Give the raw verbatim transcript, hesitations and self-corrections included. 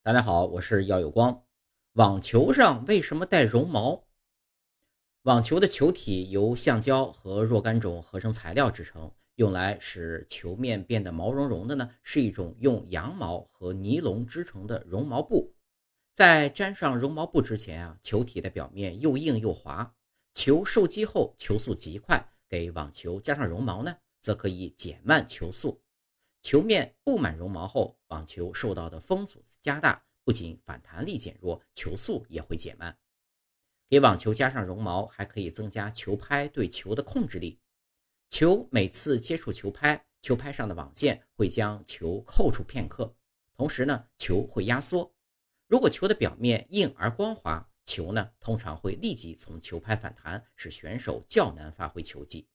大家好，我是耀有光。网球上为什么带绒毛？网球的球体由橡胶和若干种合成材料制成，用来使球面变得毛茸茸的呢，是一种用羊毛和尼龙织成的绒毛布。在沾上绒毛布之前啊，球体的表面又硬又滑，球受击后球速极快，给网球加上绒毛呢，则可以减慢球速。球面布满绒毛后，网球受到的风阻加大，不仅反弹力减弱，球速也会减慢。给网球加上绒毛，还可以增加球拍对球的控制力。球每次接触球拍，球拍上的网线会将球扣住片刻，同时呢，球会压缩。如果球的表面硬而光滑，球呢通常会立即从球拍反弹，使选手较难发挥球技。